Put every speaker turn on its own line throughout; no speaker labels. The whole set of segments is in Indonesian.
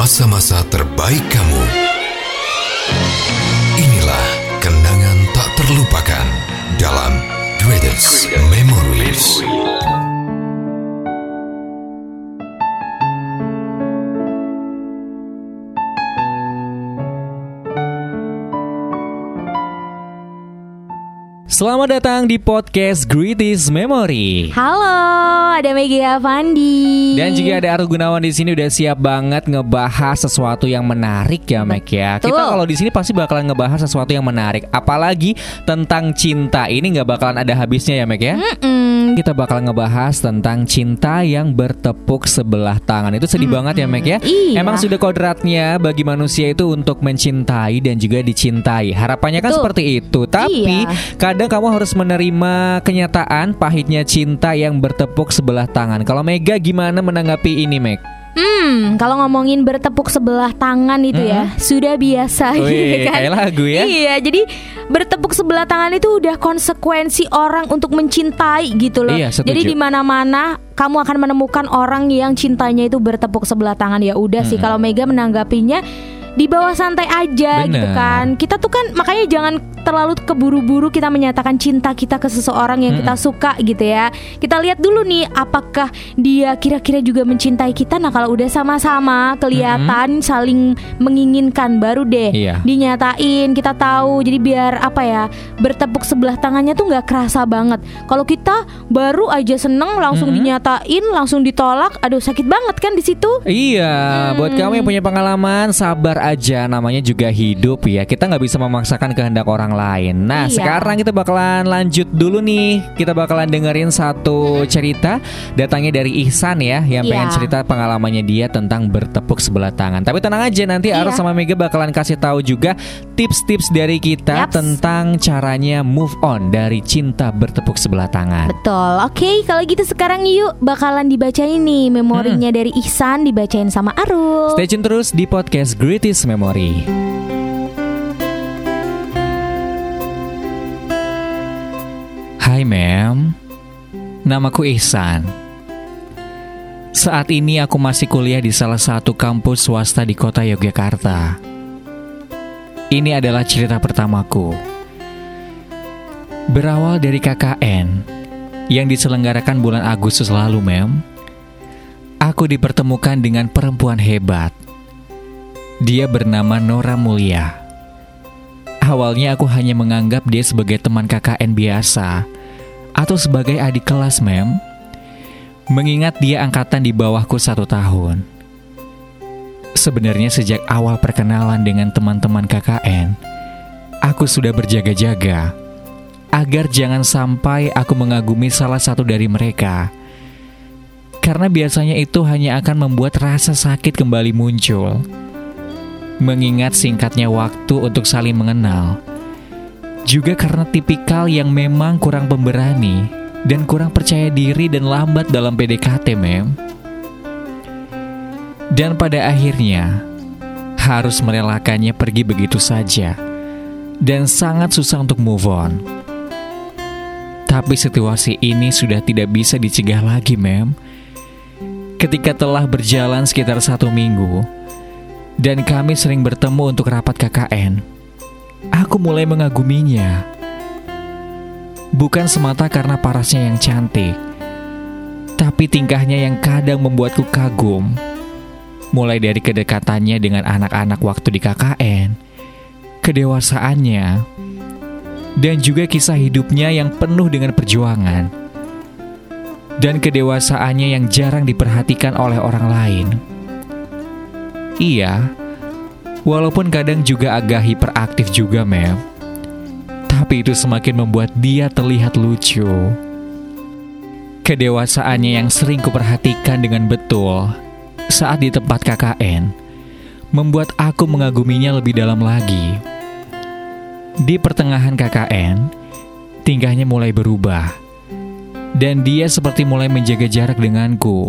masa-masa terbaik kamu. Inilah kenangan tak terlupakan dalam Greatest Memories.
Selamat datang di podcast Greatest Memory.
Halo, ada Mega Avandi.
Dan juga ada Aru Gunawan di sini udah siap banget ngebahas sesuatu yang menarik ya, Meg ya.
Betul.
Kita kalau di sini pasti bakalan ngebahas sesuatu yang menarik, apalagi tentang cinta. Ini nggak bakalan ada habisnya ya, Meg ya. Kita bakalan ngebahas tentang cinta yang bertepuk sebelah tangan. Itu sedih banget ya, Meg ya.
Iya.
Emang sudah kodratnya bagi manusia itu untuk mencintai dan juga dicintai. Harapannya kan
Betul.
seperti itu. Tapi kadang kamu harus menerima kenyataan pahitnya cinta yang bertepuk sebelah tangan. Kalau Mega gimana menanggapi ini, Meg?
Kalau ngomongin bertepuk sebelah tangan itu ya sudah biasa.
Wih,
kan?
kayak lagu ya.
Iya, jadi bertepuk sebelah tangan itu udah konsekuensi orang untuk mencintai gitu loh.
Iya, setuju.
Jadi di mana-mana kamu akan menemukan orang yang cintanya itu bertepuk sebelah tangan. Ya udah sih, kalau Mega menanggapinya di bawah santai aja.
Bener.
Gitu kan. Kita tuh kan makanya jangan terlalu keburu-buru kita menyatakan cinta kita ke seseorang yang kita suka gitu ya. Kita lihat dulu nih apakah dia kira-kira juga mencintai kita. Nah kalau udah sama-sama kelihatan saling menginginkan, baru deh dinyatain, kita tahu. Jadi biar apa ya, bertepuk sebelah tangannya tuh gak kerasa banget. Kalau kita baru aja seneng langsung dinyatain, langsung ditolak, aduh sakit banget kan di situ.
Iya, buat kamu yang punya pengalaman, sabar aja, namanya juga hidup ya. Kita nggak bisa memaksakan kehendak orang lain. Nah, sekarang kita bakalan lanjut dulu nih. Kita bakalan dengerin satu cerita datangnya dari Ihsan ya, yang pengen cerita pengalamannya dia tentang bertepuk sebelah tangan. Tapi tenang aja, nanti Arus sama Mega bakalan kasih tahu juga tips-tips dari kita tentang caranya move on dari cinta bertepuk sebelah tangan.
Betul. Oke, kalau gitu sekarang yuk bakalan dibacain nih memorinya dari Ihsan, dibacain sama Arul.
Stay tune terus di podcast Greatest Memory. Hai Mem, namaku Ihsan. Saat ini aku masih kuliah di salah satu kampus swasta di kota Yogyakarta. Ini adalah cerita pertamaku. Berawal dari KKN yang diselenggarakan bulan Agustus lalu, Mem. Aku dipertemukan dengan perempuan hebat. Dia bernama Nora Mulia. Awalnya aku hanya menganggap dia sebagai teman KKN biasa atau sebagai adik kelas, Mem. Mengingat dia angkatan di bawahku 1 tahun. Sebenarnya sejak awal perkenalan dengan teman-teman KKN, aku sudah berjaga-jaga agar jangan sampai aku mengagumi salah satu dari mereka. Karena biasanya itu hanya akan membuat rasa sakit kembali muncul. Mengingat singkatnya waktu untuk saling mengenal. Juga karena tipikal yang memang kurang pemberani dan kurang percaya diri dan lambat dalam PDKT, Mem. Dan pada akhirnya harus merelakannya pergi begitu saja. Dan sangat susah untuk move on. Tapi situasi ini sudah tidak bisa dicegah lagi, Mem. Ketika telah berjalan sekitar 1 minggu dan kami sering bertemu untuk rapat KKN, aku mulai mengaguminya. Bukan semata karena parasnya yang cantik, tapi tingkahnya yang kadang membuatku kagum. Mulai dari kedekatannya dengan anak-anak waktu di KKN, kedewasaannya, dan juga kisah hidupnya yang penuh dengan perjuangan. Dan kedewasaannya yang jarang diperhatikan oleh orang lain. Iya, walaupun kadang juga agak hiperaktif juga, Mem. Tapi itu semakin membuat dia terlihat lucu. Kedewasaannya yang sering kuperhatikan dengan betul saat di tempat KKN membuat aku mengaguminya lebih dalam lagi. Di pertengahan KKN, tingkahnya mulai berubah. Dan dia seperti mulai menjaga jarak denganku.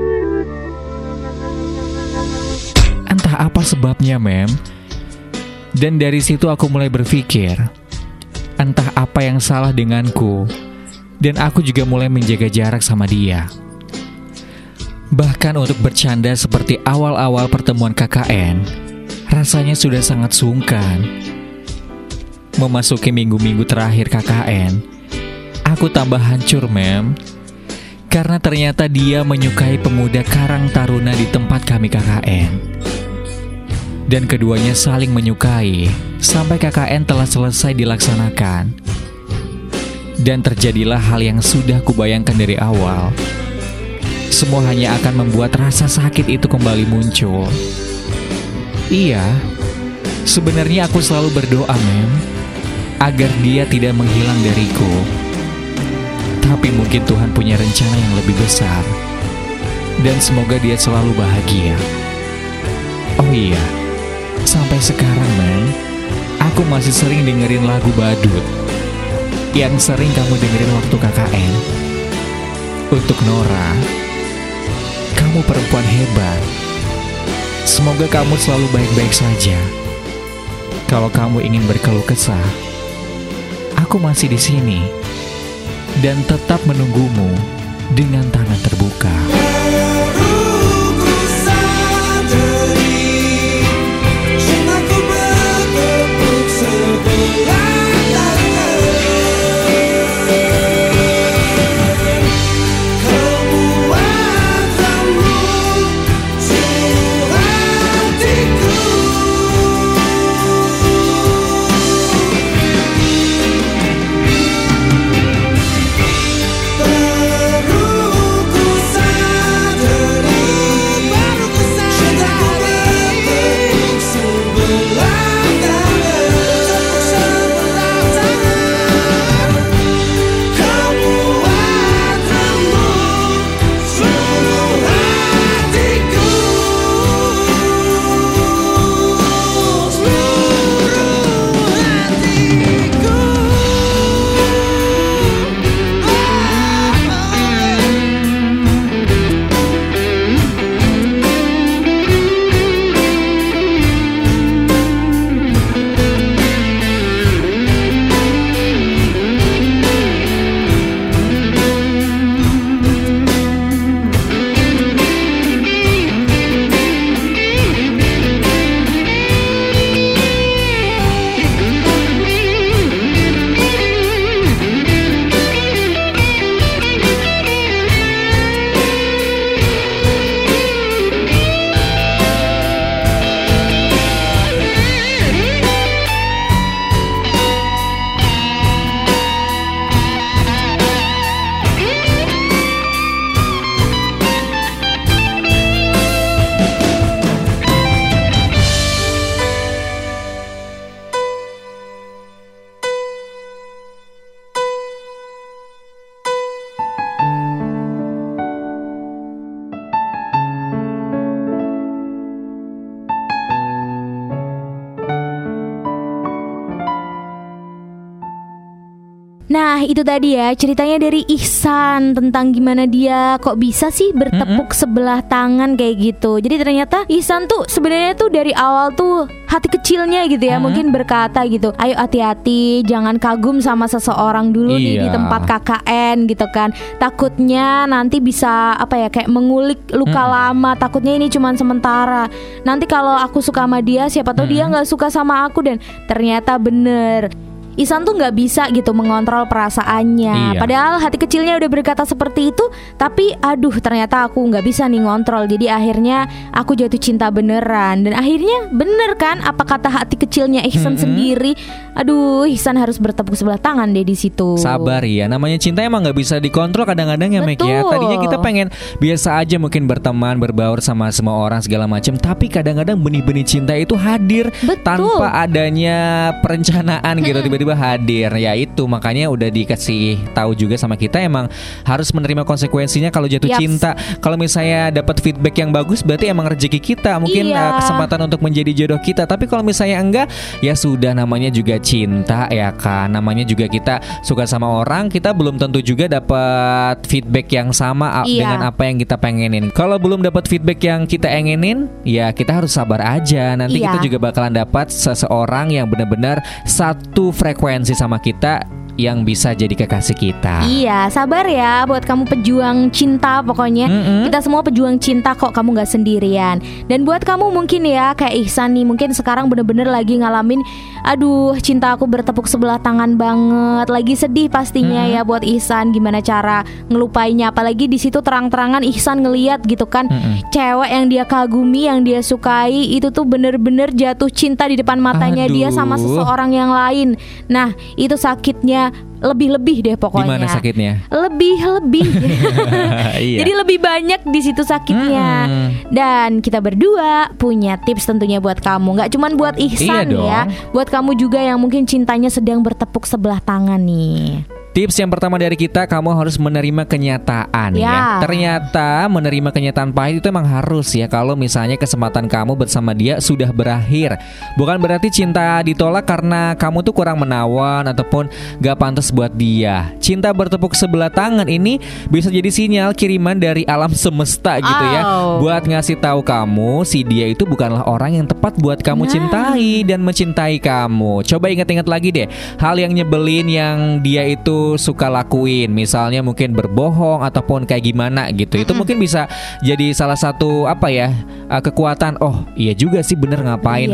Entah apa sebabnya, Mem. Dan dari situ aku mulai berpikir, entah apa yang salah denganku. Dan aku juga mulai menjaga jarak sama dia. Bahkan untuk bercanda seperti awal-awal pertemuan KKN, rasanya sudah sangat sungkan. Memasuki minggu-minggu terakhir KKN, aku tambah hancur, Mem. Karena ternyata dia menyukai pemuda Karang Taruna di tempat kami KKN. Dan keduanya saling menyukai sampai KKN telah selesai dilaksanakan. Dan terjadilah hal yang sudah kubayangkan dari awal. Semua hanya akan membuat rasa sakit itu kembali muncul. Iya, sebenarnya aku selalu berdoa, Mem, agar dia tidak menghilang dariku. Tapi mungkin Tuhan punya rencana yang lebih besar. Dan semoga dia selalu bahagia. Oh iya, sampai sekarang, Mem, aku masih sering dengerin lagu badut yang sering kamu dengerin waktu KKN. Untuk Nora, kamu perempuan hebat. Semoga kamu selalu baik-baik saja. Kalau kamu ingin berkeluh kesah, aku masih di sini dan tetap menunggumu dengan tangan terbuka.
Nah itu tadi ya ceritanya dari Ihsan tentang gimana dia kok bisa sih bertepuk sebelah tangan kayak gitu. Jadi ternyata Ihsan tuh sebenarnya tuh dari awal tuh hati kecilnya gitu ya, mungkin berkata gitu, ayo hati-hati, jangan kagum sama seseorang dulu nih di tempat KKN gitu kan. Takutnya nanti bisa apa ya, kayak mengulik luka lama. Takutnya ini cuman sementara. Nanti kalau aku suka sama dia, siapa tahu dia nggak suka sama aku. Dan ternyata bener, Ihsan tuh nggak bisa gitu mengontrol perasaannya. Padahal hati kecilnya udah berkata seperti itu, tapi aduh ternyata aku nggak bisa nih ngontrol. Jadi akhirnya aku jatuh cinta beneran. Dan akhirnya bener kan apa kata hati kecilnya Ihsan sendiri. Aduh, Ihsan harus bertepuk sebelah tangan deh di situ.
Sabar ya, namanya cinta emang nggak bisa dikontrol kadang-kadang ya, Mek ya. Tadinya kita pengen biasa aja mungkin berteman, berbaur sama semua orang segala macam, tapi kadang-kadang benih-benih cinta itu hadir tanpa adanya perencanaan gitu. Tiba-tiba tiba-tiba hadir. Ya itu makanya udah dikasih tahu juga sama kita, emang harus menerima konsekuensinya kalau jatuh cinta. Kalau misalnya dapat feedback yang bagus berarti emang rezeki kita, mungkin kesempatan untuk menjadi jodoh kita. Tapi kalau misalnya enggak, ya sudah, namanya juga cinta ya kan. Namanya juga kita suka sama orang, kita belum tentu juga dapat feedback yang sama dengan apa yang kita pengenin. Kalau belum dapat feedback yang kita inginin, ya kita harus sabar aja. Nanti kita juga bakalan dapat seseorang yang benar-benar satu frekuensi sama kita, yang bisa jadi kekasih kita.
Iya, sabar ya buat kamu pejuang cinta. Pokoknya kita semua pejuang cinta kok, kamu gak sendirian. Dan buat kamu mungkin ya kayak Ihsan nih, mungkin sekarang bener-bener lagi ngalamin, aduh cinta aku bertepuk sebelah tangan banget. Lagi sedih pastinya ya buat Ihsan, gimana cara ngelupainya. Apalagi di situ terang-terangan Ihsan ngeliat gitu kan, cewek yang dia kagumi, yang dia sukai itu tuh bener-bener jatuh cinta di depan matanya dia sama seseorang yang lain. Nah itu sakitnya lebih-lebih deh pokoknya.
Gimana sakitnya?
Lebih.
Iya.
Jadi lebih banyak di situ sakitnya. Dan kita berdua punya tips tentunya buat kamu. Gak cuman buat Ihsan ya, buat kamu juga yang mungkin cintanya sedang bertepuk sebelah tangan nih.
Tips yang pertama dari kita, kamu harus menerima kenyataan ya. Ternyata menerima kenyataan pahit itu emang harus ya. Kalau misalnya kesempatan kamu bersama dia sudah berakhir, bukan berarti cinta ditolak karena kamu tuh kurang menawan ataupun gak pantas buat dia. Cinta bertepuk sebelah tangan ini bisa jadi sinyal kiriman dari alam semesta gitu ya, buat ngasih tahu kamu si dia itu bukanlah orang yang tepat buat kamu cintai dan mencintai kamu. Coba ingat-ingat lagi deh hal yang nyebelin yang dia itu suka lakuin, misalnya mungkin berbohong ataupun kayak gimana gitu. Itu mungkin bisa jadi salah satu kekuatan. Oh iya juga sih, bener, ngapain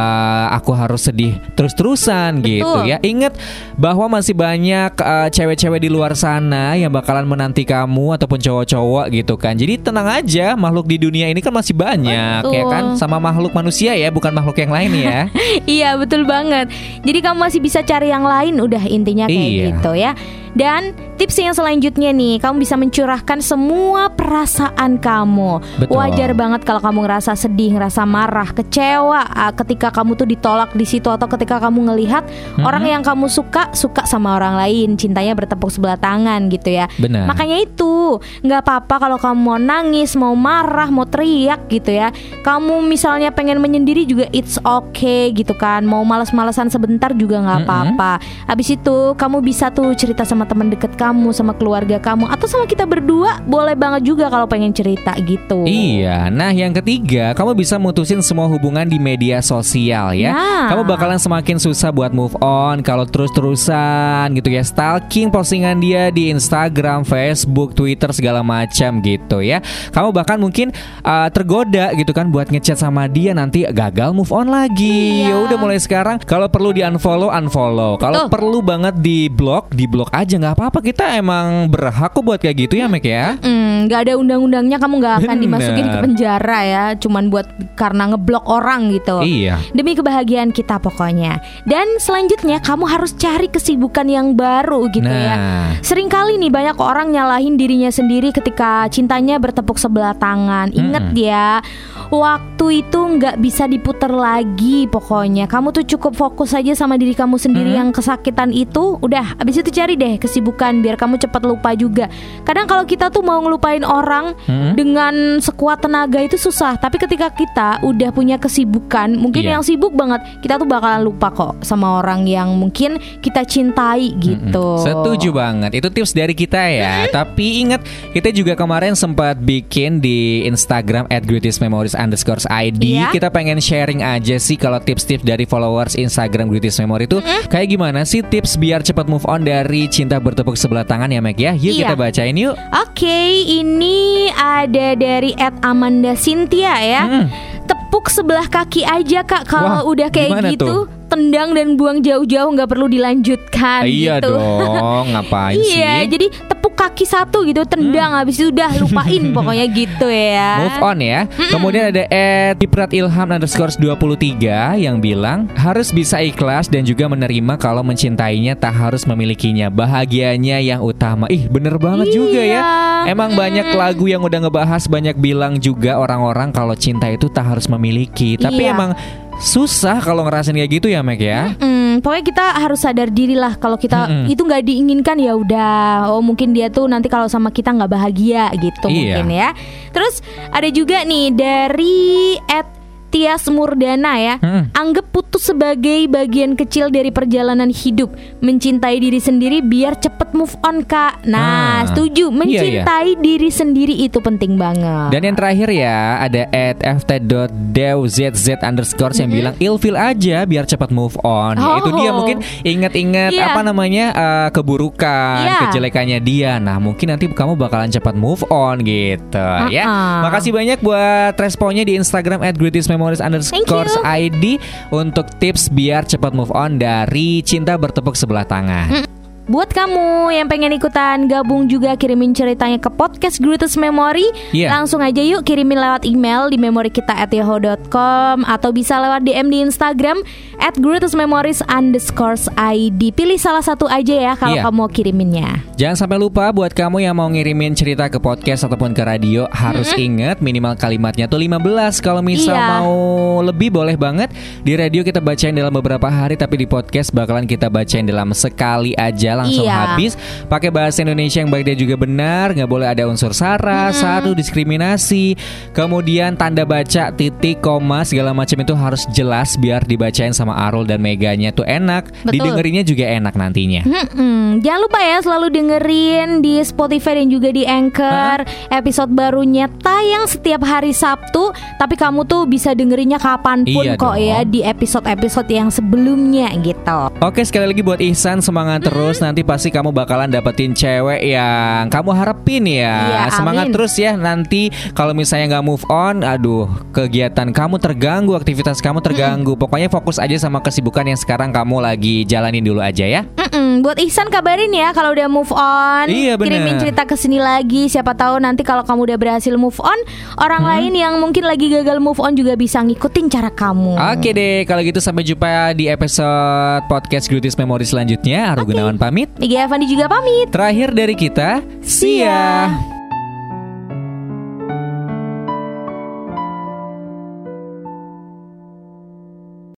aku harus sedih terus-terusan gitu ya. Ingat bahwa masih banyak cewek-cewek di luar sana yang bakalan menanti kamu ataupun cowok-cowok gitu kan. Jadi tenang aja, makhluk di dunia ini kan masih banyak ya kan, sama makhluk manusia ya, bukan makhluk yang lain ya.
Iya betul banget. Jadi kamu masih bisa cari yang lain, udah intinya kayak gitu ya. Dan tips yang selanjutnya nih, kamu bisa mencurahkan semua perasaan kamu. Betul. Wajar banget kalau kamu ngerasa sedih, ngerasa marah, kecewa ketika kamu tuh ditolak di situ, atau ketika kamu ngelihat orang yang kamu suka sama orang lain, cintanya bertepuk sebelah tangan gitu ya.
Benar.
Makanya itu nggak apa-apa kalau kamu mau nangis, mau marah, mau teriak gitu ya. Kamu misalnya pengen menyendiri juga it's okay gitu kan. Mau malas-malasan sebentar juga nggak apa-apa. Abis itu kamu bisa tuh cerita sama teman dekat kamu, sama keluarga kamu, atau sama kita berdua, boleh banget juga kalau pengen cerita gitu.
Iya. Nah yang ketiga, kamu bisa mutusin semua hubungan di media sosial ya. Kamu bakalan semakin susah buat move on kalau terus-terusan gitu ya, stalking postingan dia di Instagram, Facebook, Twitter, segala macam gitu ya. Kamu bahkan mungkin tergoda gitu kan buat ngechat sama dia, nanti gagal move on lagi. Ya udah mulai sekarang, kalau perlu di unfollow. Kalau perlu banget di blok aja, nggak apa-apa. Kita emang berhak kok buat kayak gitu ya, Mek ya.
Nggak ada undang-undangnya, kamu nggak akan dimasukin ke penjara ya, cuman buat karena ngeblok orang gitu.
Iya.
Demi kebahagiaan kita pokoknya. Dan selanjutnya kamu harus cari kesibukan yang baru gitu ya. Seringkali nih banyak orang nyalahin dirinya sendiri ketika cintanya bertepuk sebelah tangan. Ingat ya, waktu itu nggak bisa diputar lagi pokoknya. Kamu tuh cukup fokus aja sama diri kamu sendiri yang kesakitan itu. Udah, abis itu cari deh kesibukan biar kamu cepat lupa juga. Kadang kalau kita tuh mau ngelupain orang dengan sekuat tenaga itu susah. Tapi ketika kita udah punya kesibukan, mungkin yang sibuk banget, kita tuh bakalan lupa kok sama orang yang mungkin kita cintai gitu.
Setuju banget. Itu tips dari kita ya. Tapi ingat, kita juga kemarin sempat bikin di Instagram @greatestmemories_id. Kita pengen sharing aja sih kalau tips-tips dari followers Instagram Greatest Memory itu kayak gimana sih tips biar cepat move on dari cinta bertepuk sebelah tangan ya, Mek ya. Yuk kita bacain yuk.
Oke, ini ada dari @Amanda Cynthia ya. Tepuk sebelah kaki aja Kak, kalau udah kayak gitu. Tendang dan buang jauh-jauh, nggak perlu dilanjutkan.
Iya
gitu.
dong, ngapain sih?
Iya, jadi tepuk kaki satu gitu, tendang, habis itu udah lupain pokoknya gitu ya.
Move on ya. Kemudian ada @ipradilham_23 yang bilang harus bisa ikhlas dan juga menerima kalau mencintainya tak harus memilikinya. Bahagianya yang utama. Ih, bener banget juga ya. Emang banyak lagu yang udah ngebahas, banyak bilang juga orang-orang kalau cinta itu tak harus memiliki. Tapi emang susah kalau ngerasain kayak gitu ya Meg ya.
Pokoknya kita harus sadar diri lah kalau kita itu nggak diinginkan ya udah. Oh mungkin dia tuh nanti kalau sama kita nggak bahagia gitu mungkin ya. Terus ada juga nih dari Tias Murdana ya. Anggap putus sebagai bagian kecil dari perjalanan hidup. Mencintai diri sendiri biar cepet move on Kak. Nah setuju. Mencintai diri sendiri itu penting banget.
Dan yang terakhir ya ada @ft.dewzz_ yang bilang ilfil aja biar cepat move on. Itu dia mungkin ingat-ingat keburukan, kejelekannya dia. Nah mungkin nanti kamu bakalan cepat move on gitu ya. Makasih banyak buat responnya di Instagram @greatestmemories_id untuk tips biar cepat move on dari cinta bertepuk sebelah tangan.
Buat kamu yang pengen ikutan gabung juga kirimin ceritanya ke podcast Greatest Memory. Langsung aja yuk kirimin lewat email di memorikita@yahoo.com atau bisa lewat DM di Instagram @greatestmemories_id. Pilih salah satu aja ya kalau kamu mau kiriminnya.
Jangan sampai lupa buat kamu yang mau ngirimin cerita ke podcast ataupun ke radio harus ingat minimal kalimatnya tuh 15. Kalau misal mau lebih boleh banget. Di radio kita bacain dalam beberapa hari, tapi di podcast bakalan kita bacain dalam sekali aja langsung habis. Pakai bahasa Indonesia yang baik dan juga benar. Gak boleh ada unsur sara, saru, diskriminasi. Kemudian tanda baca, titik, koma, segala macam itu harus jelas biar dibacain sama Arul dan Meganya tuh enak. Didengerinnya juga enak nantinya.
Jangan lupa ya selalu dengerin di Spotify dan juga di Anchor. Episode barunya tayang setiap hari Sabtu, tapi kamu tuh bisa dengerinnya kapanpun ya di episode-episode yang sebelumnya gitu.
Oke, sekali lagi buat Ihsan, semangat terus. Nanti pasti kamu bakalan dapetin cewek yang kamu harapin ya. Semangat terus ya. Nanti kalau misalnya gak move on, aduh, kegiatan kamu terganggu, aktivitas kamu terganggu. Pokoknya fokus aja sama kesibukan yang sekarang kamu lagi jalanin dulu aja ya.
Buat Ihsan kabarin ya kalau udah move on. Kirimin cerita ke sini lagi. Siapa tahu nanti kalau kamu udah berhasil move on, orang lain yang mungkin lagi gagal move on juga bisa ngikutin cara kamu.
Oke deh, kalau gitu sampai jumpa di episode podcast Greatest Memory selanjutnya. Aru Gunawan pamit.
Megi Avandi juga pamit.
Terakhir dari kita, see ya.